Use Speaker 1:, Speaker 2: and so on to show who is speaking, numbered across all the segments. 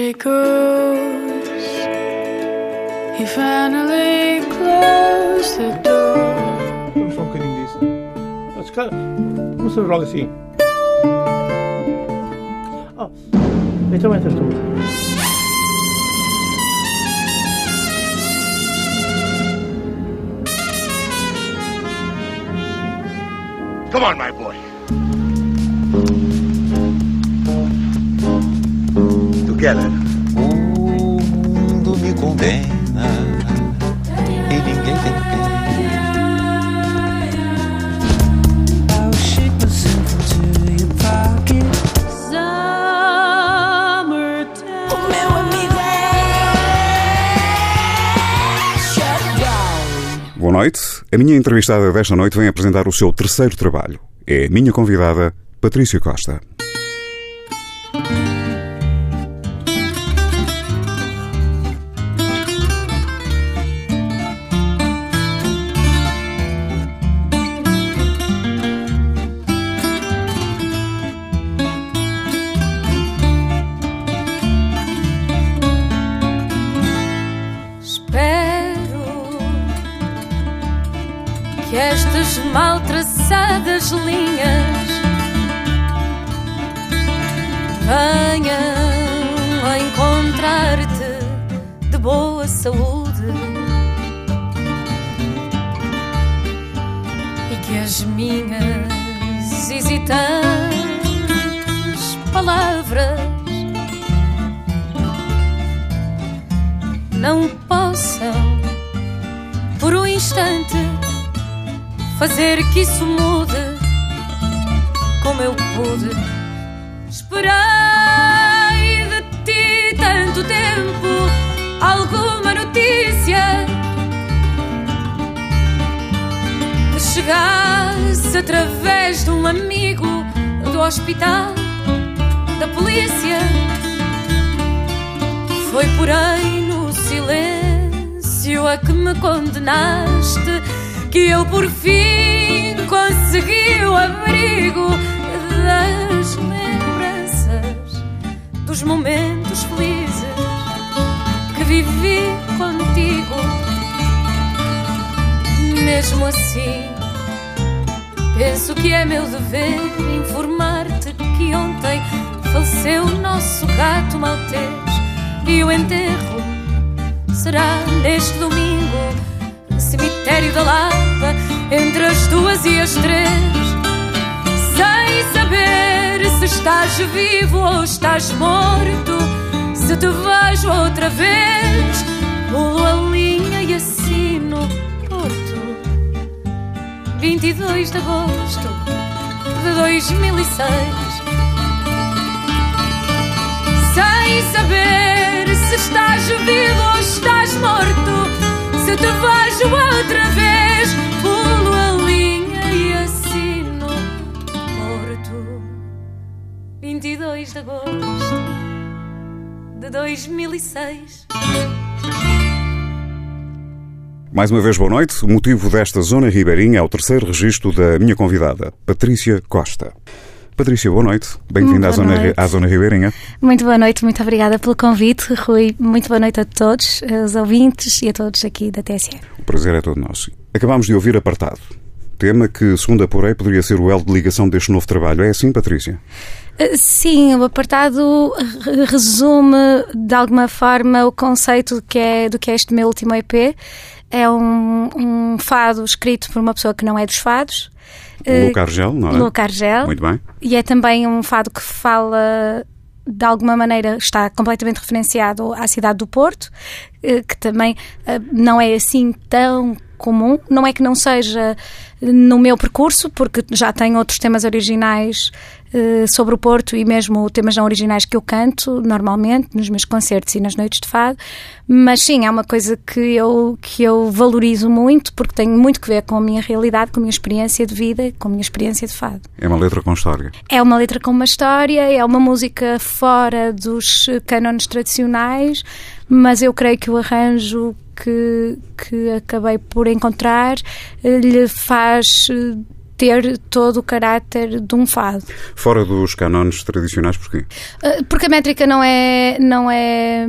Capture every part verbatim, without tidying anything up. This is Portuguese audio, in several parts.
Speaker 1: he goes. He finally closed the door.
Speaker 2: Vamos só um bocadinho disso. Mas, cara, vamos fazer logo assim. Oh, então entra tu.
Speaker 3: Come on, my boy. Together.
Speaker 4: O mundo me condena e ninguém tem pena. I'll shake myself into your pocket.
Speaker 1: Summertime. O meu amigo é Shutdown.
Speaker 5: Boa noite. A minha entrevistada desta noite vem apresentar o seu terceiro trabalho. É a minha convidada, Patrícia Costa.
Speaker 1: Que estas mal traçadas linhas venham a encontrar-te de boa saúde e que as minhas hesitantes palavras não possam por um instante fazer que isso mude, como eu pude. Esperei de ti tanto tempo alguma notícia que chegasse através de um amigo do hospital, da polícia. Foi porém no silêncio a que me condenaste que eu por fim consegui o abrigo das lembranças dos momentos felizes que vivi contigo. Mesmo assim, penso que é meu dever informar-te que ontem faleceu o nosso gato maltês e o enterro será neste domingo, cemitério da Lapa, entre as duas e as três, sem saber se estás vivo ou estás morto. Se te vejo outra vez, pulo a linha e assino Porto. vinte e dois de agosto de dois mil e seis. Sem saber se estás vivo ou estás morto. Se te vejo outra vez, pulo a linha e assino Porto. vinte e dois de agosto de dois mil e seis.
Speaker 5: Mais uma vez, boa noite. O motivo desta Zona Ribeirinha é o terceiro registro da minha convidada, Patrícia Costa. Patrícia, boa noite. Bem-vinda à Zona, à Zona Ribeirinha.
Speaker 6: Muito boa noite, muito obrigada pelo convite, Rui. Muito boa noite a todos, aos ouvintes e a todos aqui da T S F.
Speaker 5: O prazer é todo nosso. Acabámos de ouvir Apartado, tema que, segundo apurei, poderia ser o elo de ligação deste novo trabalho. É assim, Patrícia?
Speaker 6: Sim, o Apartado resume, de alguma forma, o conceito do que é, do que é este meu último E P. É um, um fado escrito por uma pessoa que não é dos fados.
Speaker 5: Luca Argel, não é?
Speaker 6: Luca Argel.
Speaker 5: Muito bem.
Speaker 6: E é também um fado que fala, de alguma maneira, está completamente referenciado à cidade do Porto, que também não é assim tão comum. Não é que não seja no meu percurso, porque já tenho outros temas originais sobre o Porto e mesmo temas não originais que eu canto normalmente nos meus concertos e nas noites de fado, mas sim, é uma coisa que eu, que eu valorizo muito porque tem muito que ver com a minha realidade, com a minha experiência de vida, com a minha experiência de fado.
Speaker 5: É uma letra com história. É
Speaker 6: uma letra com uma história, é uma música fora dos cânones tradicionais, mas eu creio que o arranjo que, que acabei por encontrar lhe faz ter todo o caráter de um fado.
Speaker 5: Fora dos cânones tradicionais, porquê?
Speaker 6: Porque a métrica não é, não é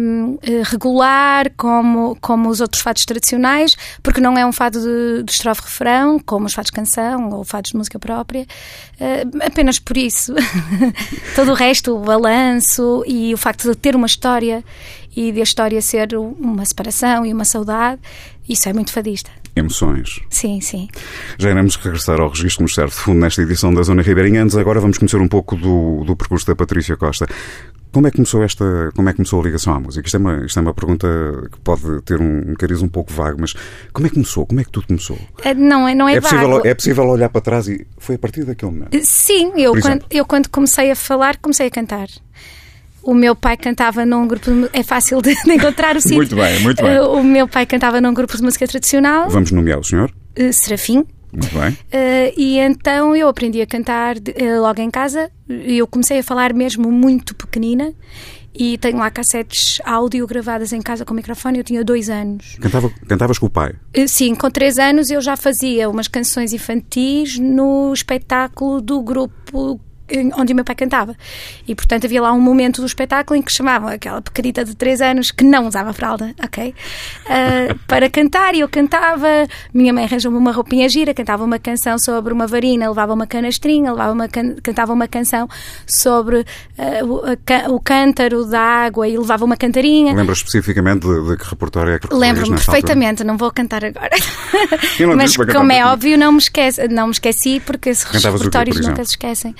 Speaker 6: regular como, como os outros fados tradicionais, porque não é um fado de, de estrofe-refrão, como os fados de canção ou fados de música própria. Apenas por isso. Todo o resto, o balanço e o facto de ter uma história e de a história ser uma separação e uma saudade, isso é muito fadista.
Speaker 5: Emoções.
Speaker 6: Sim, sim.
Speaker 5: Já iremos regressar ao registro que nos serve de fundo nesta edição da Zona Ribeirinha. Antes, agora vamos conhecer um pouco do, do percurso da Patrícia Costa. Como é que começou esta, como é que começou a ligação à música? Isto é uma, isto é uma pergunta que pode ter um, um cariz um pouco vago, mas como é que começou? Como é que tudo começou?
Speaker 6: Não é, não é,
Speaker 5: é possível,
Speaker 6: vago.
Speaker 5: É possível olhar para trás e foi a partir daquele momento?
Speaker 6: Sim, eu quando, eu quando comecei a falar, comecei a cantar. O meu pai cantava num grupo de... É fácil de, de encontrar o sítio.
Speaker 5: Muito bem, muito bem.
Speaker 6: O meu pai cantava num grupo de música tradicional.
Speaker 5: Vamos nomear o senhor?
Speaker 6: Serafim.
Speaker 5: Muito bem.
Speaker 6: Uh, e então eu aprendi a cantar uh, logo em casa. Eu comecei a falar mesmo muito pequenina. E tenho lá cassetes áudio gravadas em casa com microfone. Eu tinha dois anos.
Speaker 5: Cantava, cantavas com o pai?
Speaker 6: Uh, sim, com três anos eu já fazia umas canções infantis no espetáculo do grupo onde o meu pai cantava. E, portanto, havia lá um momento do espetáculo em que chamavam aquela pequenita de três anos que não usava fralda, ok? Uh, para cantar, e eu cantava. Minha mãe arranjou-me uma roupinha gira, cantava uma canção sobre uma varina, levava uma canastrinha, levava uma can... cantava uma canção sobre uh, o, a, o cântaro da água e levava uma cantarinha.
Speaker 5: Lembras especificamente de, de que repertório é que recorrias?
Speaker 6: Lembro-me perfeitamente, altura? Não vou cantar agora.
Speaker 5: Não
Speaker 6: Mas, como é óbvio, não me, esquece, não me esqueci, porque esses
Speaker 5: Cantavas
Speaker 6: repertórios
Speaker 5: o quê, por
Speaker 6: nunca se esquecem.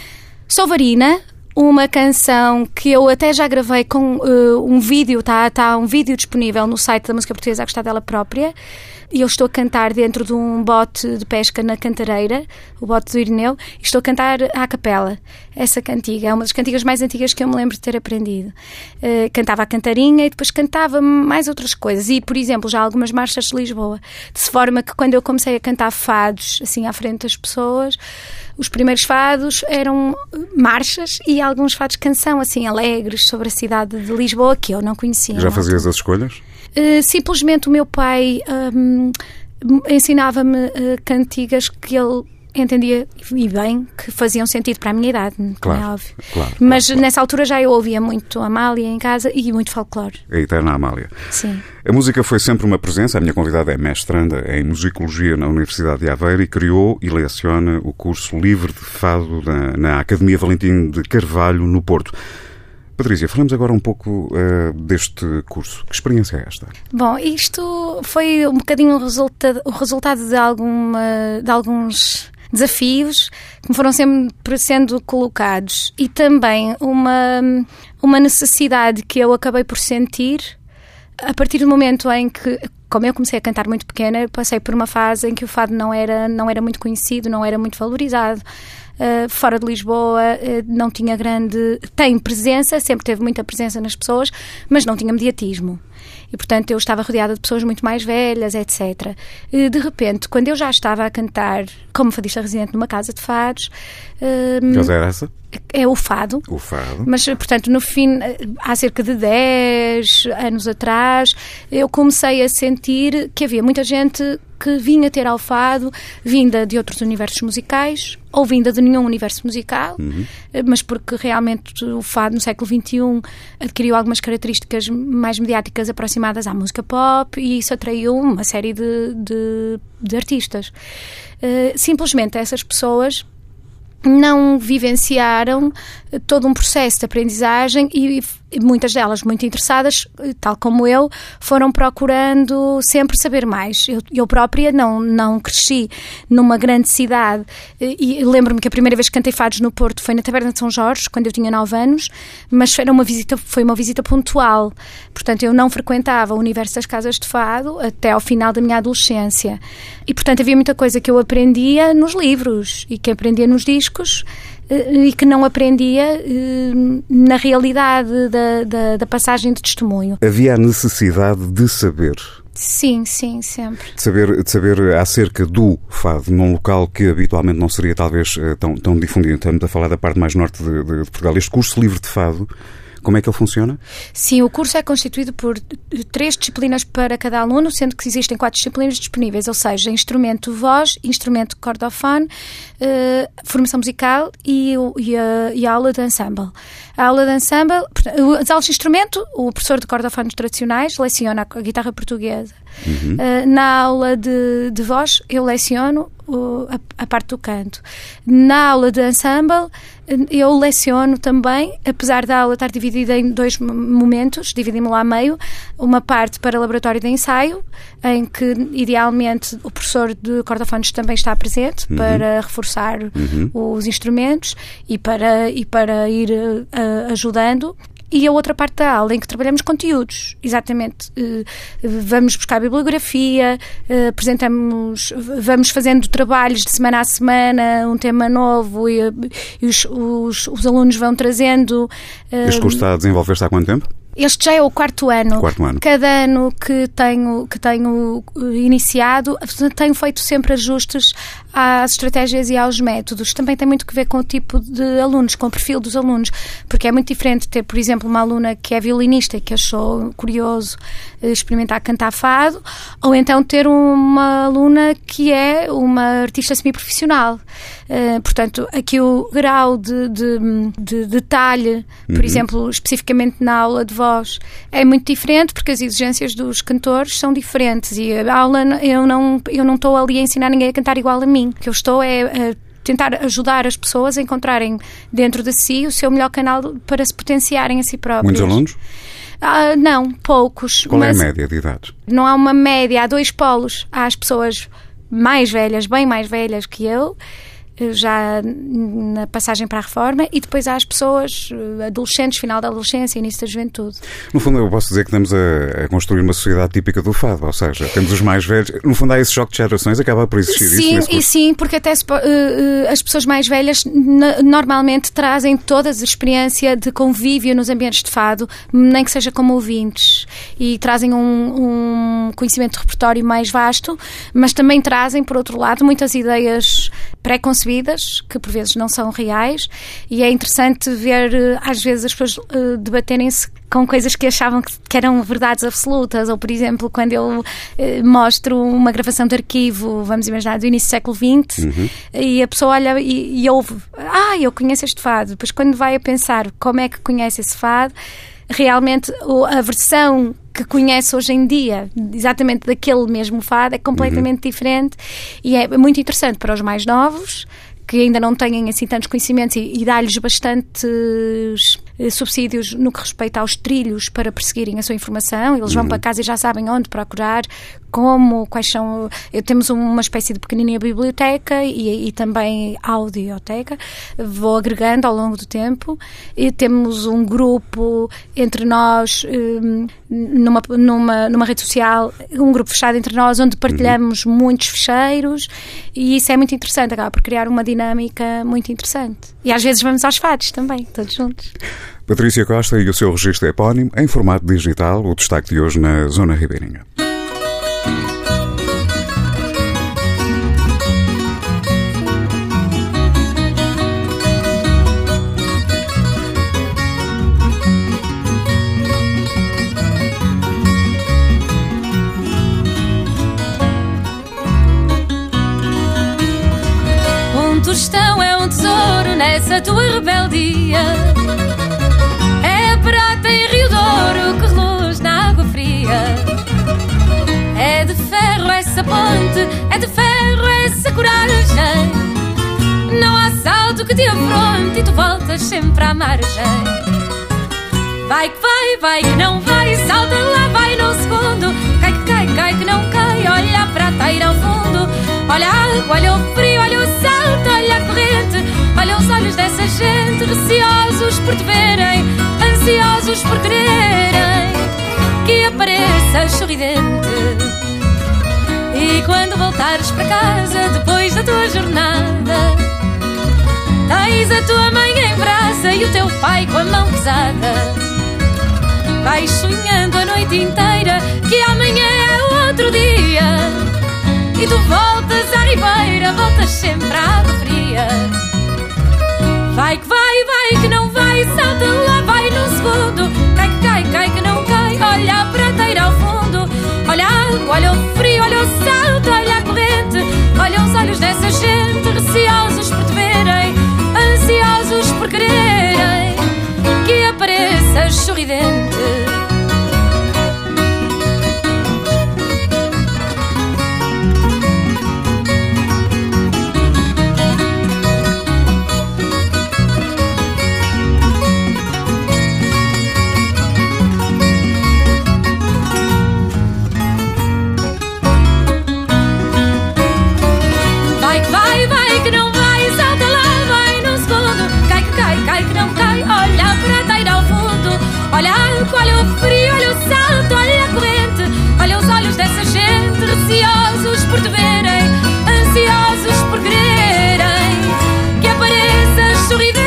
Speaker 6: Sou Varina, uma canção que eu até já gravei com uh, um vídeo, está tá um vídeo disponível no site da Música Portuguesa a gostar dela própria, e eu estou a cantar dentro de um bote de pesca na Cantareira, o bote do Irineu, e estou a cantar à capela. Essa cantiga é uma das cantigas mais antigas que eu me lembro de ter aprendido. Uh, cantava a cantarinha e depois cantava mais outras coisas, e, por exemplo, já algumas marchas de Lisboa, de forma que quando eu comecei a cantar fados, assim, à frente das pessoas, os primeiros fados eram marchas e alguns fados de canção, assim, alegres, sobre a cidade de Lisboa, que eu não conhecia.
Speaker 5: Já fazias as escolhas?
Speaker 6: Uh, simplesmente o meu pai um, ensinava-me uh, cantigas que ele entendia e bem, que faziam sentido para a minha idade,
Speaker 5: claro,
Speaker 6: não é óbvio.
Speaker 5: Claro,
Speaker 6: Mas
Speaker 5: claro,
Speaker 6: nessa altura já eu ouvia muito Amália em casa e muito folclore.
Speaker 5: A eterna Amália.
Speaker 6: Sim.
Speaker 5: A música foi sempre uma presença. A minha convidada é mestranda em Musicologia na Universidade de Aveiro e criou e leciona o curso livre de fado na, na Academia Valentim de Carvalho, no Porto. Patrícia, falamos agora um pouco uh, deste curso. Que experiência é esta?
Speaker 6: Bom, isto foi um bocadinho o resultado, o resultado de, alguma, de alguns desafios que me foram sempre sendo colocados e também uma, uma necessidade que eu acabei por sentir a partir do momento em que, como eu comecei a cantar muito pequena, eu passei por uma fase em que o fado não era, não era muito conhecido, não era muito valorizado. Uh, fora de Lisboa uh, não tinha grande... Tem presença, sempre teve muita presença nas pessoas, mas não tinha mediatismo. E, portanto, eu estava rodeada de pessoas muito mais velhas, etcétera. E, de repente, quando eu já estava a cantar como fadista residente numa casa de fados... Uh,
Speaker 5: que era essa?
Speaker 6: É o fado.
Speaker 5: O fado.
Speaker 6: Mas, portanto, no fim, há cerca de dez anos atrás, eu comecei a sentir que havia muita gente que vinha ter ao fado, vinda de outros universos musicais, ou vinda de nenhum universo musical, uhum. mas porque realmente o fado no século vinte e um adquiriu algumas características mais mediáticas aproximadas à música pop, e isso atraiu uma série de, de, de artistas. Uh, simplesmente essas pessoas não vivenciaram todo um processo de aprendizagem e, e muitas delas, muito interessadas, tal como eu, foram procurando sempre saber mais. Eu, eu própria não, não cresci numa grande cidade e, e lembro-me que a primeira vez que cantei fados no Porto foi na Taberna de São Jorge, quando eu tinha nove anos, mas era uma visita, foi uma visita pontual. Portanto, eu não frequentava o universo das casas de fado até ao final da minha adolescência. E, portanto, havia muita coisa que eu aprendia nos livros e que aprendia nos discos e que não aprendia na realidade da, da, da passagem de testemunho.
Speaker 5: Havia a necessidade de saber.
Speaker 6: Sim, sim, sempre.
Speaker 5: De saber, de saber acerca do fado num local que habitualmente não seria talvez tão, tão difundido. Estamos a falar da parte mais norte de, de, de Portugal. Este curso livre de fado Como é que ele funciona?
Speaker 6: Sim, o curso é constituído por três disciplinas para cada aluno, sendo que existem quatro disciplinas disponíveis, ou seja, instrumento voz, instrumento cordofone, uh, formação musical e, e, a, e a aula de ensemble. A aula de ensemble, as aulas de instrumento, o professor de cordofones tradicionais leciona a guitarra portuguesa. Uhum. Uh, na aula de, de voz, eu leciono o, a, a parte do canto. Na aula de ensemble, eu leciono também, apesar da aula estar dividida em dois momentos, dividimos-la a meio, uma parte para laboratório de ensaio, em que idealmente o professor de cordofones também está presente, uhum, para reforçar, uhum, os instrumentos e para, e para ir uh, ajudando. E a outra parte da aula em que trabalhamos conteúdos, exatamente, vamos buscar bibliografia, apresentamos, vamos fazendo trabalhos de semana a semana, um tema novo, e, e os, os, os alunos vão trazendo...
Speaker 5: Este curso está a desenvolver-se há quanto tempo?
Speaker 6: Este já é o quarto ano.
Speaker 5: quarto ano.
Speaker 6: Cada ano que tenho, que tenho iniciado, tenho feito sempre ajustes às estratégias e aos métodos. Também tem muito que ver com o tipo de alunos, com o perfil dos alunos, porque é muito diferente ter, por exemplo, uma aluna que é violinista e que achou curioso experimentar cantar fado, ou então ter uma aluna que é uma artista semiprofissional. Uh, portanto, aqui o grau de, de, de detalhe, por uhum, exemplo, especificamente na aula de voz, é muito diferente porque as exigências dos cantores são diferentes e a aula, eu não, eu não estou ali a ensinar ninguém a cantar igual a mim. O que eu estou é a tentar ajudar as pessoas a encontrarem dentro de si o seu melhor canal para se potenciarem a si próprios.
Speaker 5: Muitos alunos?
Speaker 6: Ah, não, poucos.
Speaker 5: Qual
Speaker 6: mas
Speaker 5: é a média de idades?
Speaker 6: Não há uma média, há dois polos. Há as pessoas mais velhas, bem mais velhas que eu, já na passagem para a reforma, e depois há as pessoas adolescentes, final da adolescência, início da juventude.
Speaker 5: No fundo, eu posso dizer que estamos a, a construir uma sociedade típica do fado, ou seja, temos os mais velhos. No fundo, há esse choque de gerações, acaba por existir
Speaker 6: sim,
Speaker 5: isso.
Speaker 6: Sim, e sim, porque até se, uh, uh, as pessoas mais velhas n- normalmente trazem toda a experiência de convívio nos ambientes de fado, nem que seja como ouvintes, e trazem um, um conhecimento de repertório mais vasto, mas também trazem, por outro lado, muitas ideias pré-concebidas que por vezes não são reais, e é interessante ver às vezes as pessoas uh, debaterem-se com coisas que achavam que, que eram verdades absolutas, ou por exemplo quando eu uh, mostro uma gravação de arquivo, vamos imaginar do início do século vinte, uhum, e a pessoa olha e, e ouve, ah, eu conheço este fado, depois quando vai a pensar como é que conhece esse fado, realmente a versão que conhece hoje em dia, exatamente daquele mesmo fado, é completamente, uhum, diferente, e é muito interessante para os mais novos, que ainda não têm assim tantos conhecimentos, e, e dá-lhes bastantes eh, subsídios no que respeita aos trilhos para perseguirem a sua informação. Eles vão, uhum, para casa e já sabem onde procurar, como, quais são... Eu, temos uma espécie de pequenininha biblioteca e, e também audioteca. Vou agregando ao longo do tempo, e temos um grupo entre nós, um, numa, numa, numa rede social, um grupo fechado entre nós, onde partilhamos, uhum, muitos fecheiros, e isso é muito interessante, acaba por criar uma dinâmica muito interessante. E às vezes vamos aos fados também, todos juntos.
Speaker 5: Patrícia Costa e o seu registro epónimo em formato digital, o destaque de hoje na Zona Ribeirinha.
Speaker 1: Tostão é um tesouro nessa tua rebeldia. É prata em Rio Douro que reluz na água fria. É de ferro essa ponte, é de ferro essa coragem. Não há salto que te afronte e tu voltas sempre à margem. Vai que vai, vai que não vai, salta lá, vai no segundo. Cai que cai, cai que não cai, olha a prata ir ao fundo. Olha a água, olha o frio, olha o salto, olha a corrente. Olha os olhos dessa gente, receosos por te verem, ansiosos por quererem que apareças sorridente. E quando voltares para casa, depois da tua jornada, tens a tua mãe em brasa e o teu pai com a mão pesada. Vais sonhando a noite inteira que amanhã é outro dia. E tu voltas à ribeira, voltas sempre à água fria. Vai que vai, vai que não vai, salta lá, vai no segundo. olha o frio, olha o salto, olha a corrente, olha os olhos dessa gente, receosos por te verem, ansiosos por quererem que apareças sorridente.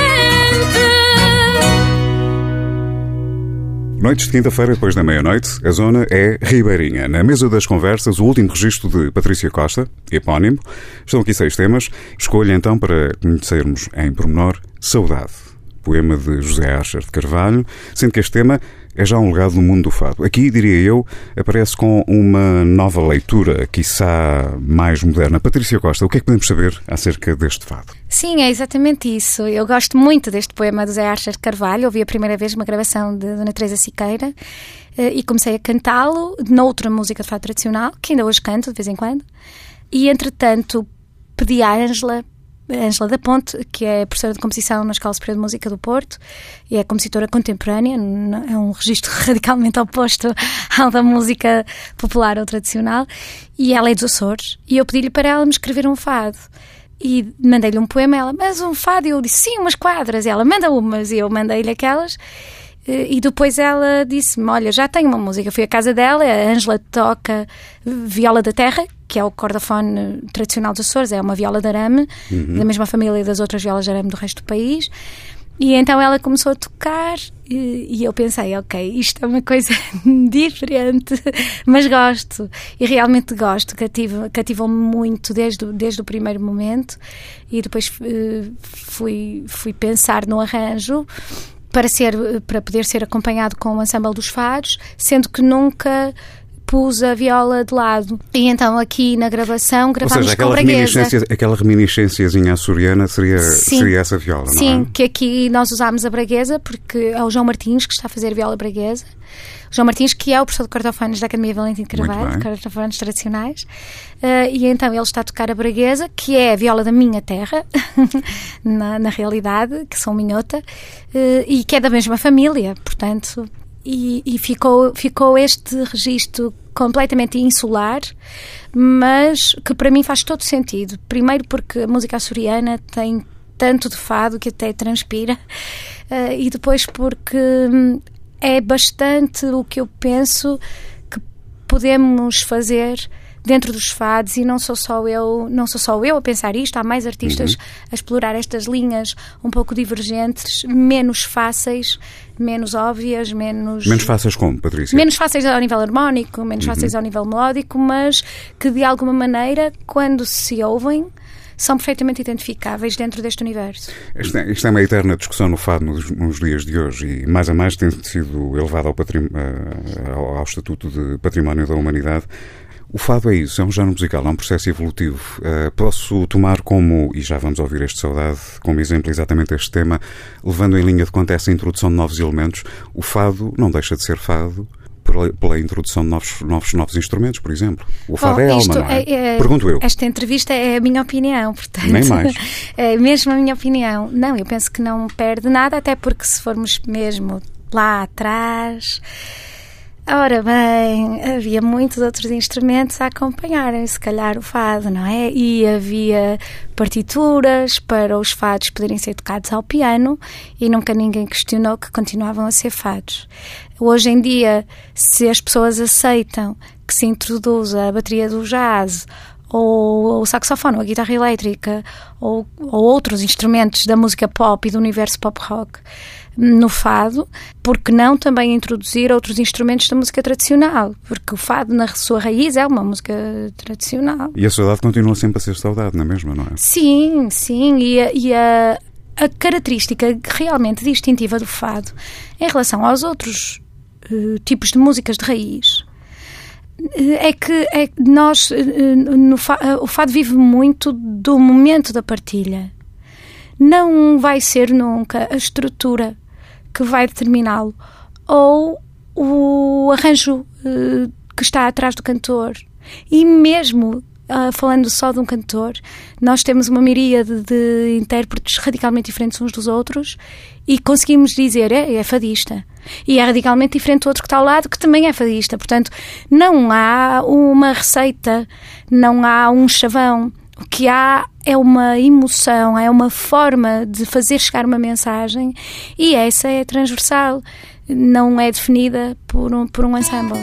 Speaker 5: Noites de quinta-feira, depois da meia-noite, a zona é Ribeirinha. Na mesa das conversas, o último registro de Patrícia Costa, epónimo. Estão aqui seis temas. Escolha então para conhecermos em pormenor Saudade, poema de José Archer de Carvalho, sendo que este tema é já um legado no mundo do fado. Aqui, diria eu, aparece com uma nova leitura, quiçá mais moderna. Patrícia Costa, o que é que podemos saber acerca deste fado?
Speaker 6: Sim, é exatamente isso. Eu gosto muito deste poema do José Archer de Carvalho. Ouvi a primeira vez uma gravação de Dona Teresa Siqueira e comecei a cantá-lo noutra música de fado tradicional, que ainda hoje canto de vez em quando. E, entretanto, pedi à Ângela Ângela da Ponte, que é professora de composição na Escola Superior de Música do Porto e é compositora contemporânea, é um registro radicalmente oposto ao da música popular ou tradicional, e ela é dos Açores, e eu pedi-lhe para ela me escrever um fado. E mandei-lhe um poema, ela, mas um fado? E eu disse, sim, umas quadras. E ela, manda umas. E eu mandei-lhe aquelas. E depois ela disse-me, olha, já tenho uma música. Fui à casa dela, a Ângela toca viola da terra, que é o cordafone tradicional dos Açores, é uma viola de arame, uhum. da mesma família das outras violas de arame do resto do país. E então ela começou a tocar e, e eu pensei, ok, isto é uma coisa diferente, mas gosto. E realmente gosto, cativa, cativou-me muito desde, desde o primeiro momento. E depois uh, fui, fui pensar no arranjo para, ser, para poder ser acompanhado com o ensemble dos fados, sendo que nunca pus a viola de lado. E então aqui na gravação gravámos
Speaker 5: seja,
Speaker 6: com braguesa.
Speaker 5: Aquela reminiscênciazinha açoriana seria, seria essa viola,
Speaker 6: Sim,
Speaker 5: não é?
Speaker 6: Sim, que aqui nós usámos a braguesa porque é o João Martins que está a fazer viola braguesa. O João Martins, que é o professor de cordofones da Academia Valentim de Carvalho, cordofones tradicionais, uh, e então ele está a tocar a braguesa, que é a viola da minha terra, na, na realidade, que sou minhota, uh, e que é da mesma família, portanto... E, e ficou, ficou este registro completamente insular, mas que para mim faz todo sentido. Primeiro porque a música açoriana tem tanto de fado que até transpira, uh, e depois porque hum, é bastante o que eu penso que podemos fazer dentro dos fados, e não sou só eu, não sou só eu a pensar isto, há mais artistas uhum. a explorar estas linhas um pouco divergentes, menos fáceis, menos óbvias, menos...
Speaker 5: Menos fáceis como, Patrícia?
Speaker 6: Menos fáceis ao nível harmónico, menos uhum. fáceis ao nível melódico, mas que de alguma maneira, quando se ouvem, são perfeitamente identificáveis dentro deste universo.
Speaker 5: Isto é, isto é uma eterna discussão no fado nos, nos dias de hoje, e mais a mais tem sido elevado ao, patrim, ao, ao Estatuto de Património da Humanidade. O fado é isso, é um género musical, é um processo evolutivo. Uh, posso tomar como, e já vamos ouvir este Saudade, como exemplo exatamente este tema, levando em linha de conta essa introdução de novos elementos. O fado não deixa de ser fado pela, pela introdução de novos, novos, novos instrumentos, por exemplo. O fado Bom, é alma, não é? É, é? Pergunto eu.
Speaker 6: Esta entrevista é a minha opinião, portanto...
Speaker 5: Nem mais.
Speaker 6: É mesmo a minha opinião. Não, eu penso que não perde nada, até porque se formos mesmo lá atrás... Ora bem, havia muitos outros instrumentos a acompanharem, se calhar, o fado, não é? E havia partituras para os fados poderem ser tocados ao piano e nunca ninguém questionou que continuavam a ser fados. Hoje em dia, se as pessoas aceitam que se introduza a bateria do jazz ou o saxofone, ou a guitarra elétrica, ou, ou outros instrumentos da música pop e do universo pop-rock no fado, porque não também introduzir outros instrumentos da música tradicional? Porque o fado, na sua raiz, é uma música tradicional.
Speaker 5: E a saudade continua sempre a ser saudade, não é mesmo, não é?
Speaker 6: Sim, sim, e a, e a, a característica realmente distintiva do fado em relação aos outros uh, tipos de músicas de raiz é que, é que nós, no fado, o fado vive muito do momento da partilha. Não vai ser nunca a estrutura que vai determiná-lo, ou o arranjo uh, que está atrás do cantor. E mesmo uh, falando só de um cantor, nós temos uma miríade de intérpretes radicalmente diferentes uns dos outros e conseguimos dizer, é, é fadista. E é radicalmente diferente do outro que está ao lado, que também é fadista. Portanto, não há uma receita, não há um chavão. O que há é uma emoção, é uma forma de fazer chegar uma mensagem, e essa é transversal. não é definida por um, por um ensemble.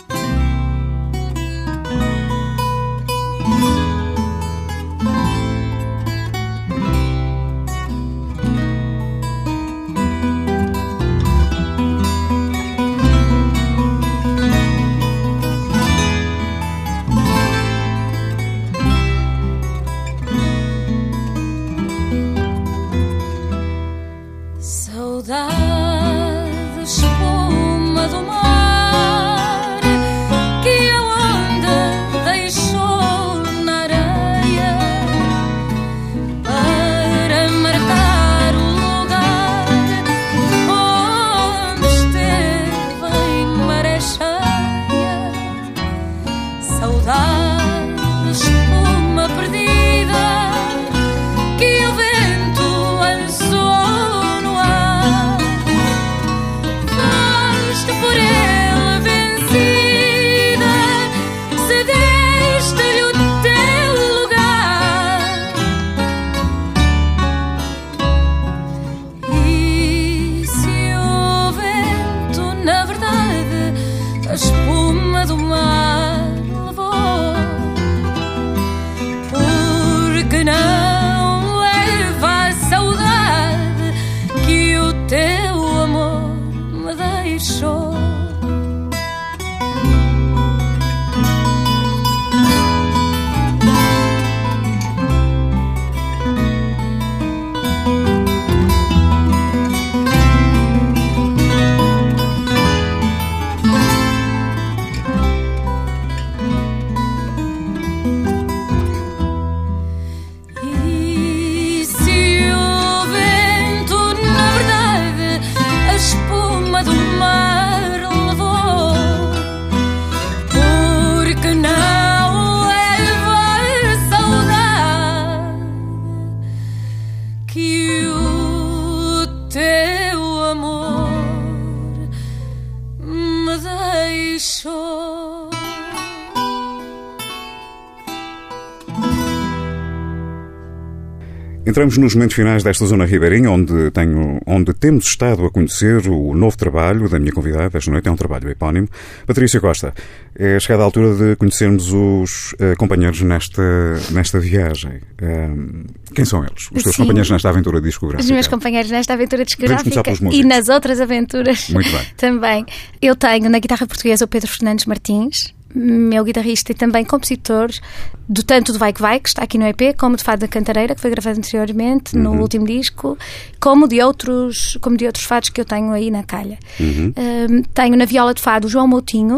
Speaker 5: Entramos nos momentos finais desta Zona Ribeirinha, onde, tenho, onde temos estado a conhecer o novo trabalho da minha convidada esta noite. É um trabalho epónimo. Patrícia Costa, é chegada a altura de conhecermos os uh, companheiros nesta, nesta viagem. Um, quem são eles? Os teus
Speaker 6: Sim.
Speaker 5: companheiros nesta aventura discográfica?
Speaker 6: Os meus companheiros nesta aventura discográfica
Speaker 5: pelos
Speaker 6: e nas outras aventuras.
Speaker 5: Muito bem.
Speaker 6: Também. Eu tenho na guitarra portuguesa o Pedro Fernandes Martins, meu guitarrista e também compositor do tanto do Vai Que Vai, que está aqui no E P, como de Fado da Cantareira, que foi gravado anteriormente no
Speaker 5: uhum.
Speaker 6: último disco, como de outros como de outros fados que eu tenho aí na calha.
Speaker 5: Uhum.
Speaker 6: Um, tenho na viola de fado o João Moutinho,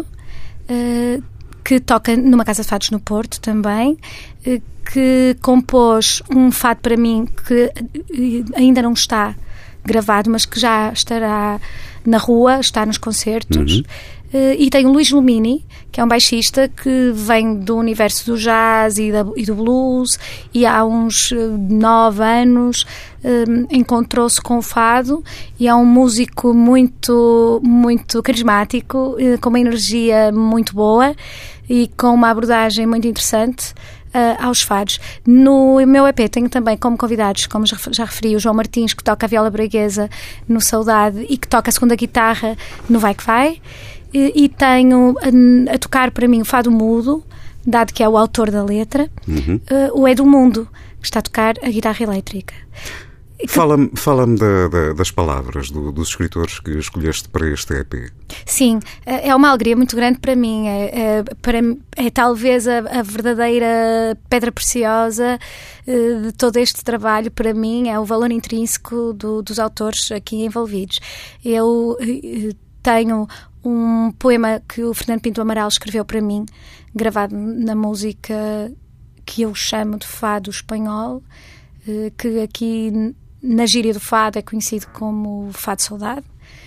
Speaker 6: uh, que toca numa casa de fados no Porto também, uh, que compôs um fado para mim que uh, ainda não está gravado, mas que já estará na rua, está nos concertos.
Speaker 5: Uhum.
Speaker 6: Uh, e tem o Luís Lumini, que é um baixista que vem do universo do jazz e, da, e do blues, e há uns uh, nove anos um, encontrou-se com o fado, e é um músico muito, muito carismático, uh, com uma energia muito boa e com uma abordagem muito interessante Uh, aos fados. No meu E P tenho também como convidados, como já, já referi, o João Martins, que toca a viola braguesa no Saudade e que toca a segunda guitarra no Vai Que Vai, e, e tenho a, a tocar para mim o fado mudo, dado que é o autor da letra, uhum. uh, o Edu Mundo, que está a tocar a guitarra elétrica.
Speaker 5: Fala-me, fala-me da, da, das palavras do, dos escritores que escolheste para este E P.
Speaker 6: Sim, é uma alegria muito grande para mim. É, é, para, é talvez a, a verdadeira pedra preciosa uh, de todo este trabalho. Para mim é o valor intrínseco do, dos autores aqui envolvidos. Eu uh, tenho um poema que o Fernando Pinto Amaral escreveu para mim, gravado na música que eu chamo de fado espanhol, uh, que aqui na gíria do fado é conhecido como Fado Saudade.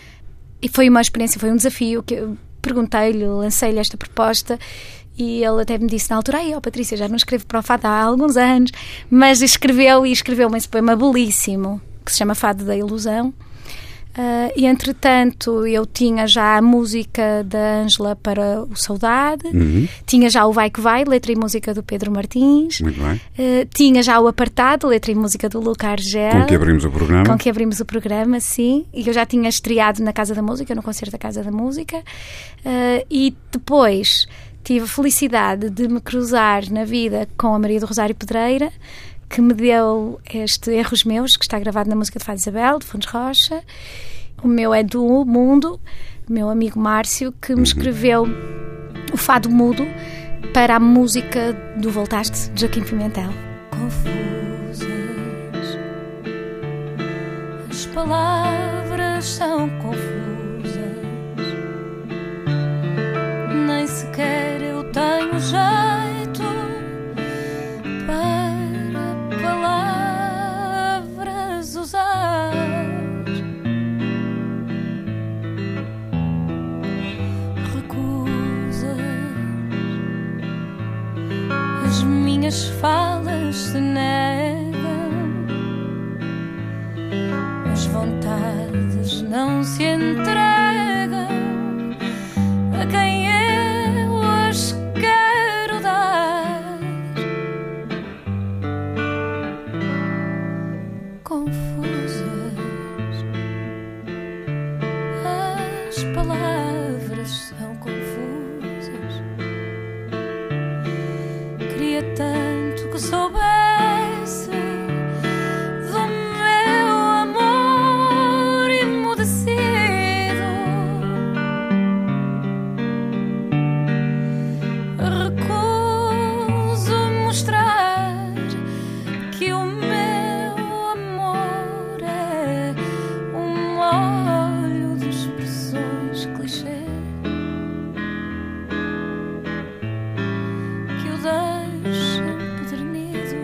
Speaker 6: E foi uma experiência, foi um desafio que eu perguntei-lhe, lancei-lhe esta proposta, e ele até me disse na altura: ai, ó Patrícia, já não escrevo para o fado há alguns anos, mas escreveu, e escreveu-me esse poema belíssimo que se chama Fado da Ilusão. Uh, e entretanto eu tinha já a música da Ângela para o Saudade,
Speaker 5: Uhum.
Speaker 6: tinha já o Vai Que Vai, letra e música do Pedro Martins,
Speaker 5: Muito bem.
Speaker 6: uh, tinha já o Apartado, letra e música do Luca Argel,
Speaker 5: Com que abrimos o programa.
Speaker 6: com que abrimos o programa, sim, e eu já tinha estreado na Casa da Música, no concerto da Casa da Música, uh, e depois tive a felicidade de me cruzar na vida com a Maria do Rosário Pedreira, que me deu este Erros Meus, que está gravado na música de Fado Isabel, de Fontes Rocha. O meu é do Mundo, o meu amigo Márcio, que me escreveu o Fado Mudo para a música do Voltaste, de Joaquim Pimentel.
Speaker 1: Confusas, as palavras são confusas, nem sequer eu tenho jeito para palavras usar. Recusas, as minhas falas se negam, as vontades não se entregam a quem eu as quero dar. Confusas, as palavras são confusas. Queria tanto que soubesse do meu amor emudecido. Recuso mostrar que o meu amor é um óleo de expressões clichê, que o deixa empedernido.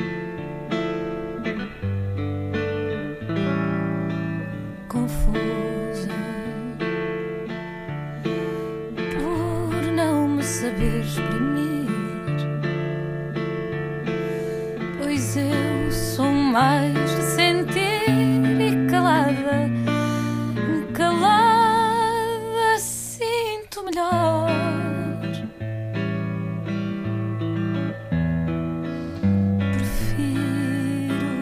Speaker 1: Confusa por não me saber exprimir, pois eu sou mais de sentir e calada, calada sinto melhor. Prefiro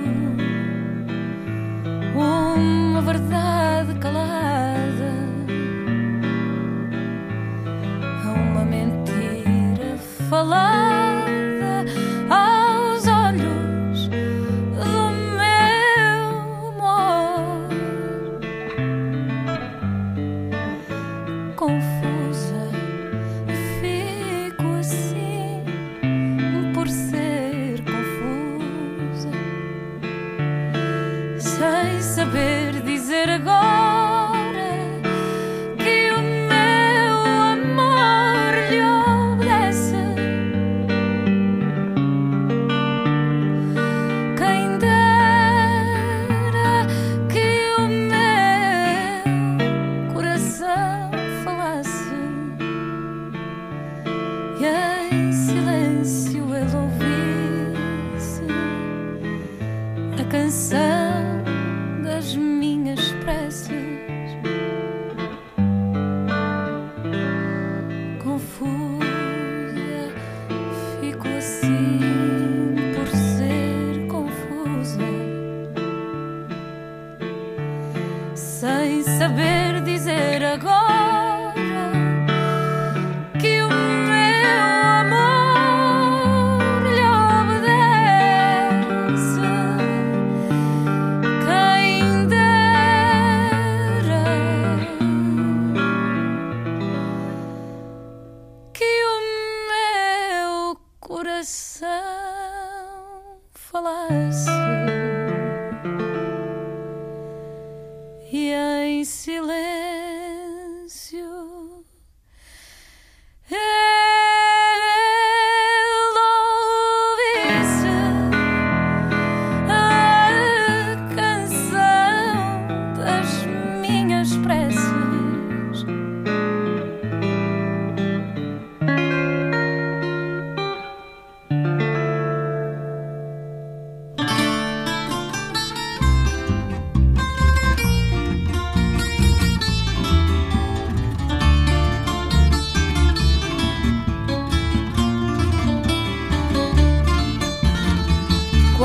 Speaker 1: uma verdade calada a uma mentira falada aos olhos do meu amor. Confusa, fico assim por ser confusa, sem saber dizer agora que o meu amor lhe obedece. Quem dera que o meu coração falasse e em silêncio ele ouvisse a canção das minhas preces. Confusa, fico assim por ser confusa, sem saber dizer agora que o meu amor lhe obedece. Quem dera que o meu coração falasse e em silêncio ele ouvisse a canção das minhas preces.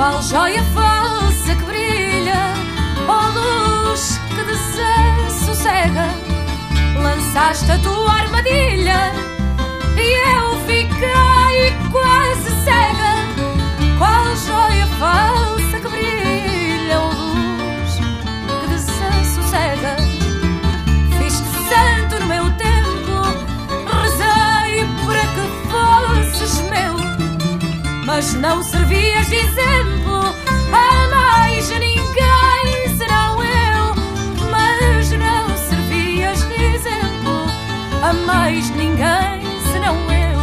Speaker 1: qual joia falsa que brilha, ó luz que desassossega, lançaste a tua armadilha e eu fiquei quase cega. Qual joia falsa que brilha, ó luz que desassossega. Fiz-te santo no meu tempo, rezei para que fosses meu, mas não servias de exemplo a mais ninguém senão eu. Mas não servias de exemplo a mais ninguém senão eu.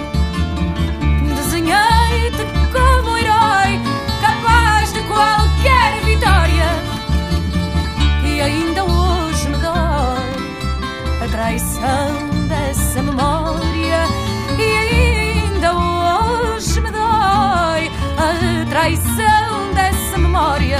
Speaker 1: Desenhei-te como herói, capaz de qualquer vitória, e ainda hoje me dói a traição dessa memória. E ainda hoje me dói a traição dessa memória.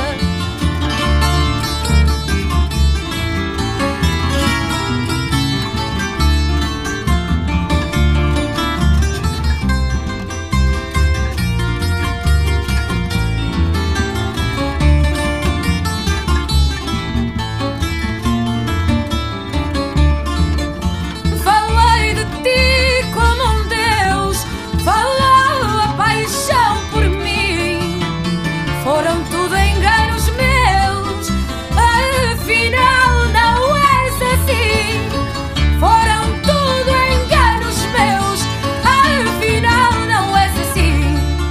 Speaker 1: Falei de ti como um Deus falou a paixão por mim. Foram tudo enganos meus, afinal não és assim. Foram tudo enganos meus, afinal não és assim.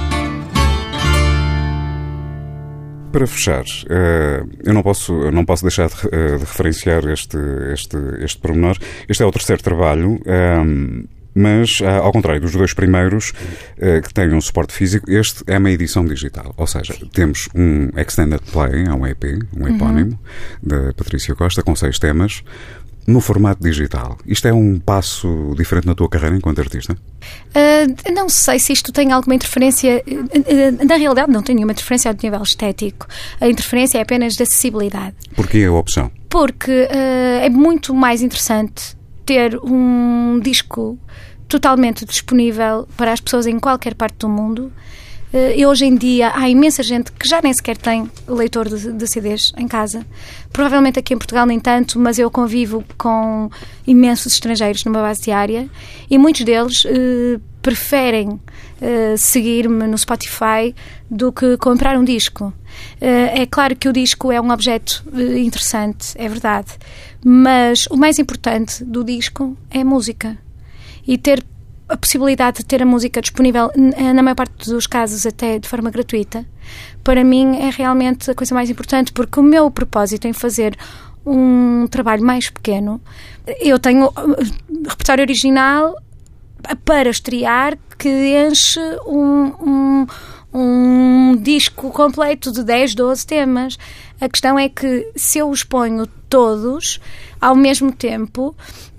Speaker 5: Para fechar, eh, eu não posso, eu não posso deixar de, eh, de referenciar este, este, este pormenor. Este é o terceiro trabalho, ehm, mas, ah, ao contrário dos dois primeiros, eh, que têm um suporte físico, este é uma edição digital. Ou seja, temos um extended play, é um E P, um epónimo, da Patrícia Costa, com seis temas, no formato digital. Isto é um passo diferente na tua carreira enquanto artista?
Speaker 6: Uh, não sei se isto tem alguma interferência. Uh, uh, na realidade, não tem nenhuma interferência ao nível estético. A interferência é apenas de acessibilidade.
Speaker 5: Porquê a opção?
Speaker 6: Porque uh, é muito mais interessante ter um disco totalmente disponível para as pessoas em qualquer parte do mundo. Uh, e hoje em dia há imensa gente que já nem sequer tem leitor de, de C Ds em casa. Provavelmente aqui em Portugal nem tanto, mas eu convivo com imensos estrangeiros numa base diária e muitos deles uh, preferem uh, seguir-me no Spotify do que comprar um disco. Uh, é claro que o disco é um objeto uh, interessante, é verdade, mas o mais importante do disco é a música. E ter a possibilidade de ter a música disponível, na maior parte dos casos até de forma gratuita, para mim é realmente a coisa mais importante, porque o meu propósito em fazer um trabalho mais pequeno, eu tenho repertório original para estrear que enche um, um, um disco completo de dez, doze temas. A questão é que se eu os ponho todos ao mesmo tempo,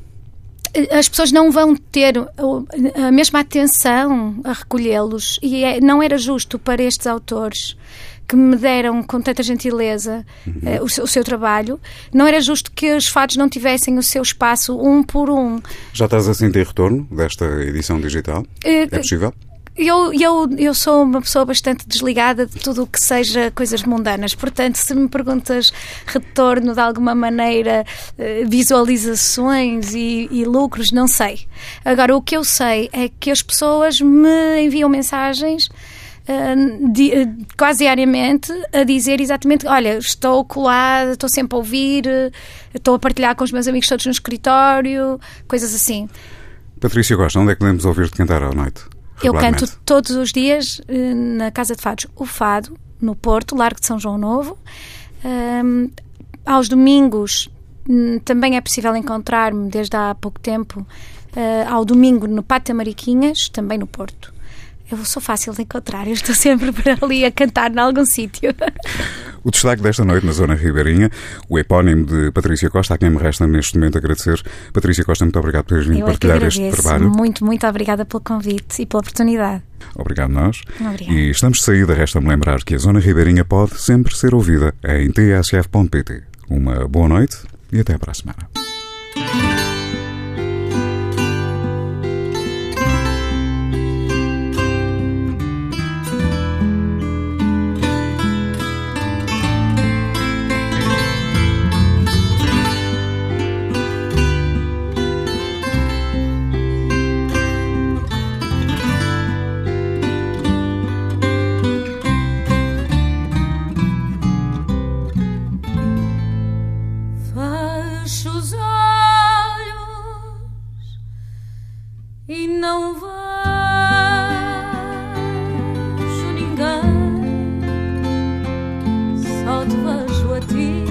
Speaker 6: as pessoas não vão ter a mesma atenção a recolhê-los, e é, não era justo para estes autores que me deram com tanta gentileza uhum. uh, o, o seu trabalho, não era justo que os fados não tivessem o seu espaço um por um. Já
Speaker 5: estás a sentir retorno desta edição digital? Uh, é possível?
Speaker 6: Eu, eu, eu sou uma pessoa bastante desligada de tudo o que seja coisas mundanas, portanto, se me perguntas retorno de alguma maneira, visualizações e, e lucros, não sei. Agora, o que eu sei é que as pessoas me enviam mensagens uh, di, uh, quase diariamente a dizer exatamente, olha, estou colada, estou sempre a ouvir, estou a partilhar com os meus amigos todos no escritório, coisas assim.
Speaker 5: Patrícia Costa, onde é que podemos ouvir-te cantar à noite?
Speaker 6: Eu canto todos os dias na Casa de Fados o Fado, no Porto, Largo de São João Novo. Um, aos domingos também é possível encontrar-me, desde há pouco tempo, uh, ao domingo no Pátio Mariquinhas, também no Porto. Eu sou fácil de encontrar, eu estou sempre por ali a cantar em algum sítio.
Speaker 5: O destaque desta noite na Zona Ribeirinha, o epónimo de Patrícia Costa, a quem me resta neste momento agradecer. Patrícia Costa, muito obrigado por teres vindo partilhar este trabalho.
Speaker 6: Muito, muito obrigada pelo convite e pela oportunidade.
Speaker 5: Obrigado nós.
Speaker 6: Obrigada.
Speaker 5: E estamos de saída, resta-me lembrar que a Zona Ribeirinha pode sempre ser ouvida em t s f ponto p t. Uma boa noite e até para a semana.
Speaker 1: e não vejo ninguém, só te vejo a ti.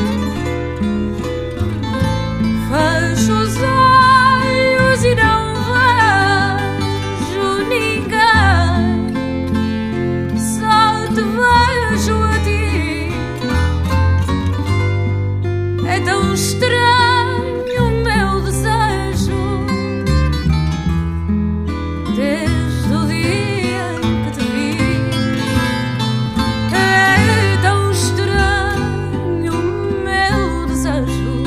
Speaker 1: Fecho os olhos e não vejo ninguém, só te vejo a ti. É tão estranho o meu desejo, desde o dia em que te vi. É tão estranho o meu desejo,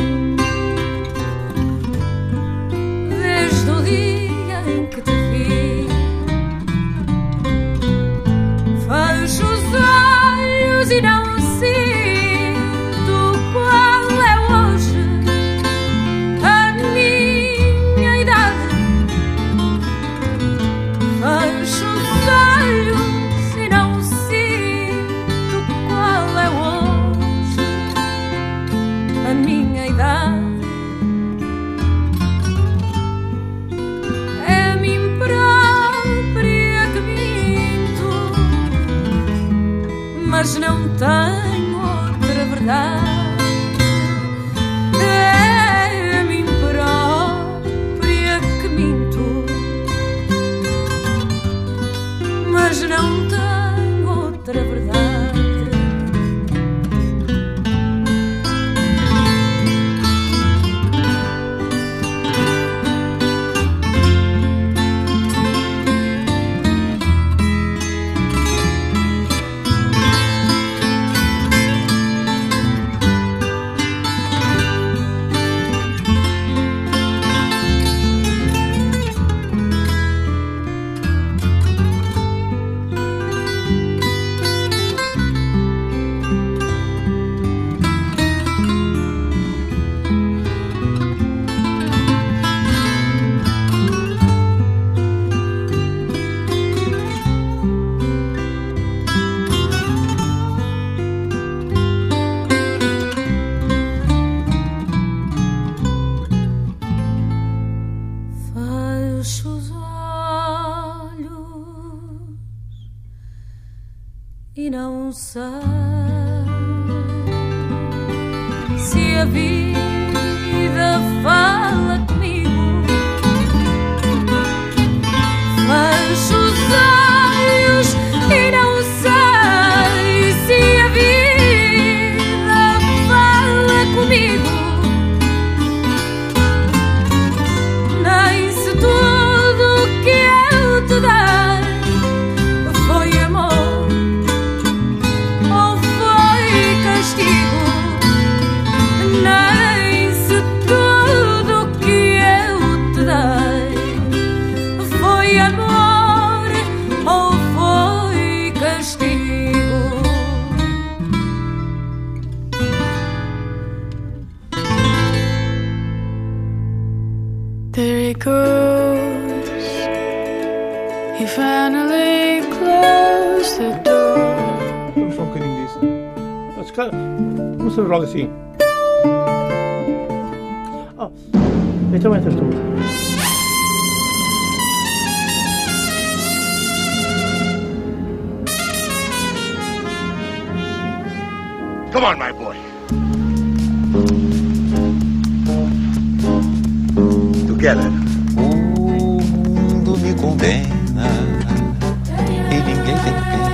Speaker 1: desde o dia em que te vi. Fecho os olhos e não sinto qual é hoje a minha idade. Fecho os olhos e não sinto qual é hoje a minha idade. É a mim própria que minto, mas não tenho outra verdade. É a mim própria que minto, mas não tenho outra verdade. Fecho os olhos e não sei se a vida fala comigo. Fecho os olhos e não sei se a vida fala comigo. Nem se tudo que eu te dei foi amor ou foi castigo. Nem se tudo que eu te dei foi amor ou foi castigo.
Speaker 7: There it goes. He finally closed the door.
Speaker 2: Vamos só um bocadinho disso. Mas, cara, começamos logo assim. Oh, então entras tu.
Speaker 3: Come on, my boy. Together.
Speaker 8: O mundo me condena e ninguém tem pena.